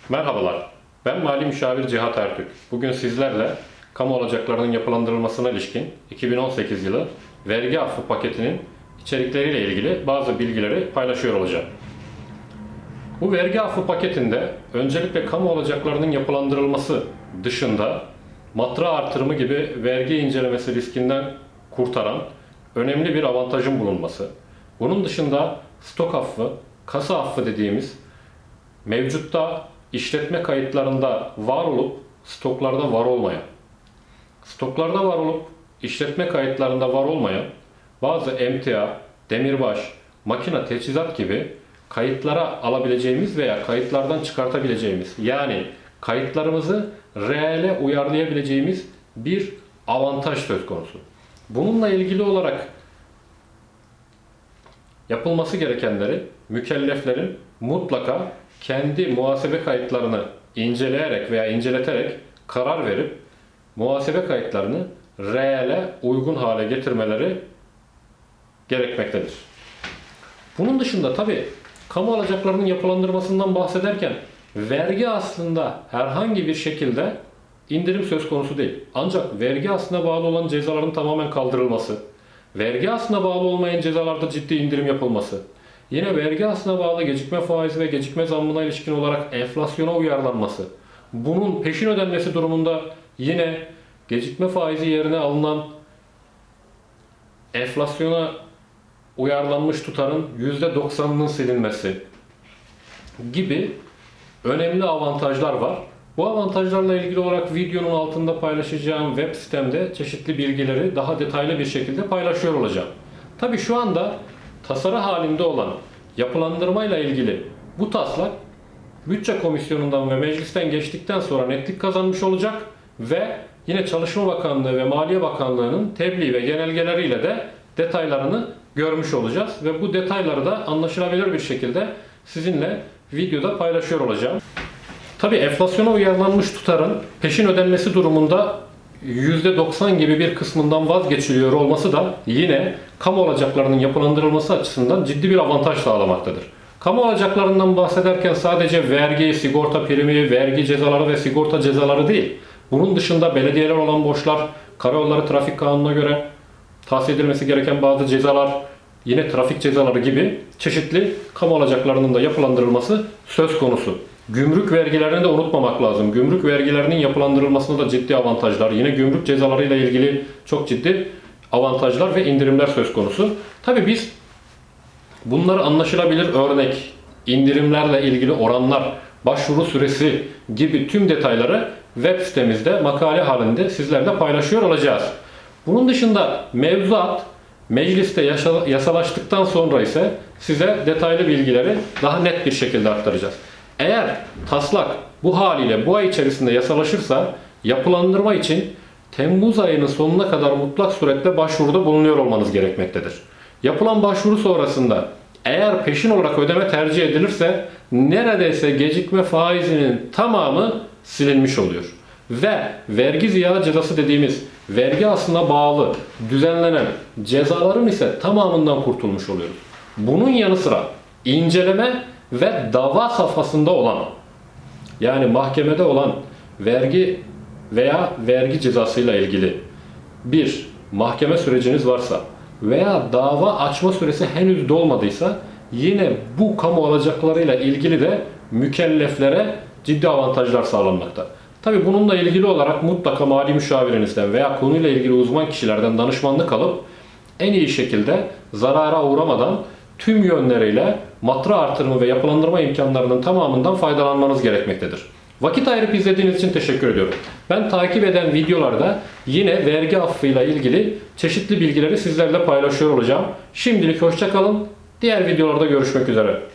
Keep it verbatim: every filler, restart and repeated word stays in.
Merhabalar, ben Mali Müşavir Cihat Ertürk. Bugün sizlerle kamu alacaklarının yapılandırılmasına ilişkin iki bin on sekiz yılı vergi affı paketinin içerikleriyle ilgili bazı bilgileri paylaşıyor olacağım. Bu vergi affı paketinde öncelikle kamu alacaklarının yapılandırılması dışında matra artırımı gibi vergi incelemesi riskinden kurtaran önemli bir avantajın bulunması, bunun dışında stok affı, kasa affı dediğimiz mevcutta işletme kayıtlarında var olup stoklarda var olmayan, stoklarda var olup işletme kayıtlarında var olmayan bazı emtia, demirbaş, makine, teçhizat gibi kayıtlara alabileceğimiz veya kayıtlardan çıkartabileceğimiz, yani kayıtlarımızı reale uyarlayabileceğimiz bir avantaj söz konusu. Bununla ilgili olarak yapılması gerekenleri mükelleflerin mutlaka kendi muhasebe kayıtlarını inceleyerek veya inceleterek karar verip muhasebe kayıtlarını reale uygun hale getirmeleri gerekmektedir. Bunun dışında tabi kamu alacaklarının yapılandırmasından bahsederken vergi aslında herhangi bir şekilde indirim söz konusu değil. Ancak vergi aslına bağlı olan cezaların tamamen kaldırılması, vergi aslına bağlı olmayan cezalarda ciddi indirim yapılması, yine vergi aslına bağlı gecikme faizi ve gecikme zammına ilişkin olarak enflasyona uyarlanması, bunun peşin ödenmesi durumunda yine gecikme faizi yerine alınan enflasyona uyarlanmış tutarın yüzde doksanının silinmesi gibi önemli avantajlar var. Bu avantajlarla ilgili olarak videonun altında paylaşacağım web sitemde çeşitli bilgileri daha detaylı bir şekilde paylaşıyor olacağım. Tabi şu anda tasarı halinde olan yapılandırmayla ilgili bu taslak Bütçe Komisyonu'ndan ve meclisten geçtikten sonra netlik kazanmış olacak ve yine Çalışma Bakanlığı ve Maliye Bakanlığı'nın tebliğ ve genelgeleriyle de detaylarını görmüş olacağız ve bu detayları da anlaşılabilir bir şekilde sizinle videoda paylaşıyor olacağım. Tabii enflasyona uyarlanmış tutarın peşin ödenmesi durumunda yüzde doksan gibi bir kısmından vazgeçiliyor olması da yine kamu alacaklarının yapılandırılması açısından ciddi bir avantaj sağlamaktadır. Kamu alacaklarından bahsederken sadece vergi, sigorta primi, vergi cezaları ve sigorta cezaları değil, bunun dışında belediyeler olan borçlar, karayolları trafik kanununa göre tahsil edilmesi gereken bazı cezalar, yine trafik cezaları gibi çeşitli kamu alacaklarının da yapılandırılması söz konusu. Gümrük vergilerini de unutmamak lazım. Gümrük vergilerinin yapılandırılmasında da ciddi avantajlar, yine gümrük cezalarıyla ilgili çok ciddi avantajlar ve indirimler söz konusu. Tabii biz bunları anlaşılabilir örnek, indirimlerle ilgili oranlar, başvuru süresi gibi tüm detayları web sitemizde makale halinde sizlerle paylaşıyor olacağız. Bunun dışında mevzuat mecliste yasalaştıktan sonra ise size detaylı bilgileri daha net bir şekilde aktaracağız. Eğer taslak bu haliyle bu ay içerisinde yasalaşırsa yapılandırma için Temmuz ayının sonuna kadar mutlak suretle başvuruda bulunuyor olmanız gerekmektedir. Yapılan başvuru sonrasında eğer peşin olarak ödeme tercih edilirse neredeyse gecikme faizinin tamamı silinmiş oluyor. Ve vergi ziyağı cezası dediğimiz vergi aslına bağlı düzenlenen cezaların ise tamamından kurtulmuş oluyoruz. Bunun yanı sıra inceleme ve dava safhasında olan, yani mahkemede olan vergi veya vergi cezasıyla ilgili bir mahkeme süreciniz varsa veya dava açma süresi henüz dolmadıysa yine bu kamu alacaklarıyla ilgili de mükelleflere ciddi avantajlar sağlanmakta. Tabi bununla ilgili olarak mutlaka mali müşavirinizden veya konuyla ilgili uzman kişilerden danışmanlık alıp en iyi şekilde zarara uğramadan tüm yönleriyle matra artırımı ve yapılandırma imkanlarının tamamından faydalanmanız gerekmektedir. Vakit ayırıp izlediğiniz için teşekkür ediyorum. Ben takip eden videolarda yine vergi affıyla ilgili çeşitli bilgileri sizlerle paylaşıyor olacağım. Şimdilik hoşça kalın. Diğer videolarda görüşmek üzere.